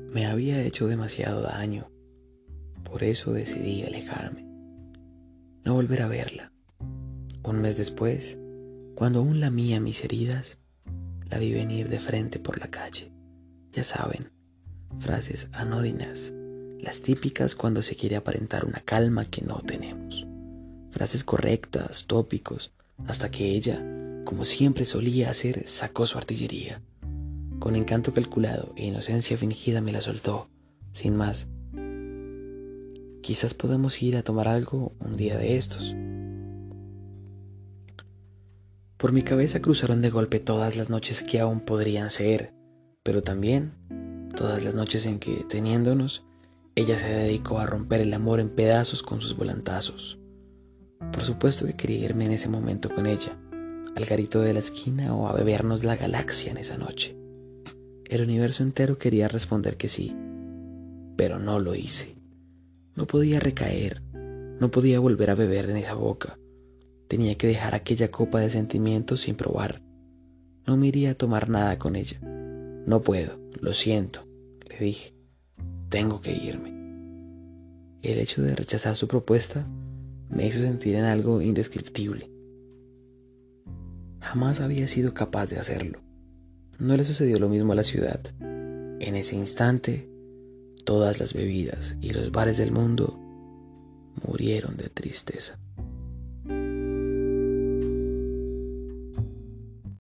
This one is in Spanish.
Me había hecho demasiado daño, por eso decidí alejarme, no volver a verla. Un mes después, cuando aún lamía mis heridas, la vi venir de frente por la calle. Ya saben, frases anodinas, las típicas cuando se quiere aparentar una calma que no tenemos. Frases correctas, tópicos, hasta que ella, como siempre solía hacer, sacó su artillería. Con encanto calculado e inocencia fingida me la soltó, sin más. Quizás podamos ir a tomar algo un día de estos. Por mi cabeza cruzaron de golpe todas las noches que aún podrían ser, pero también todas las noches en que, teniéndonos, ella se dedicó a romper el amor en pedazos con sus volantazos. Por supuesto que quería irme en ese momento con ella, al garito de la esquina o a bebernos la galaxia en esa noche. El universo entero quería responder que sí, pero no lo hice. No podía recaer, no podía volver a beber en esa boca. Tenía que dejar aquella copa de sentimientos sin probar. No me iría a tomar nada con ella. No puedo, lo siento, le dije. Tengo que irme. El hecho de rechazar su propuesta me hizo sentir en algo indescriptible. Jamás había sido capaz de hacerlo. No le sucedió lo mismo a la ciudad. En ese instante, todas las bebidas y los bares del mundo murieron de tristeza.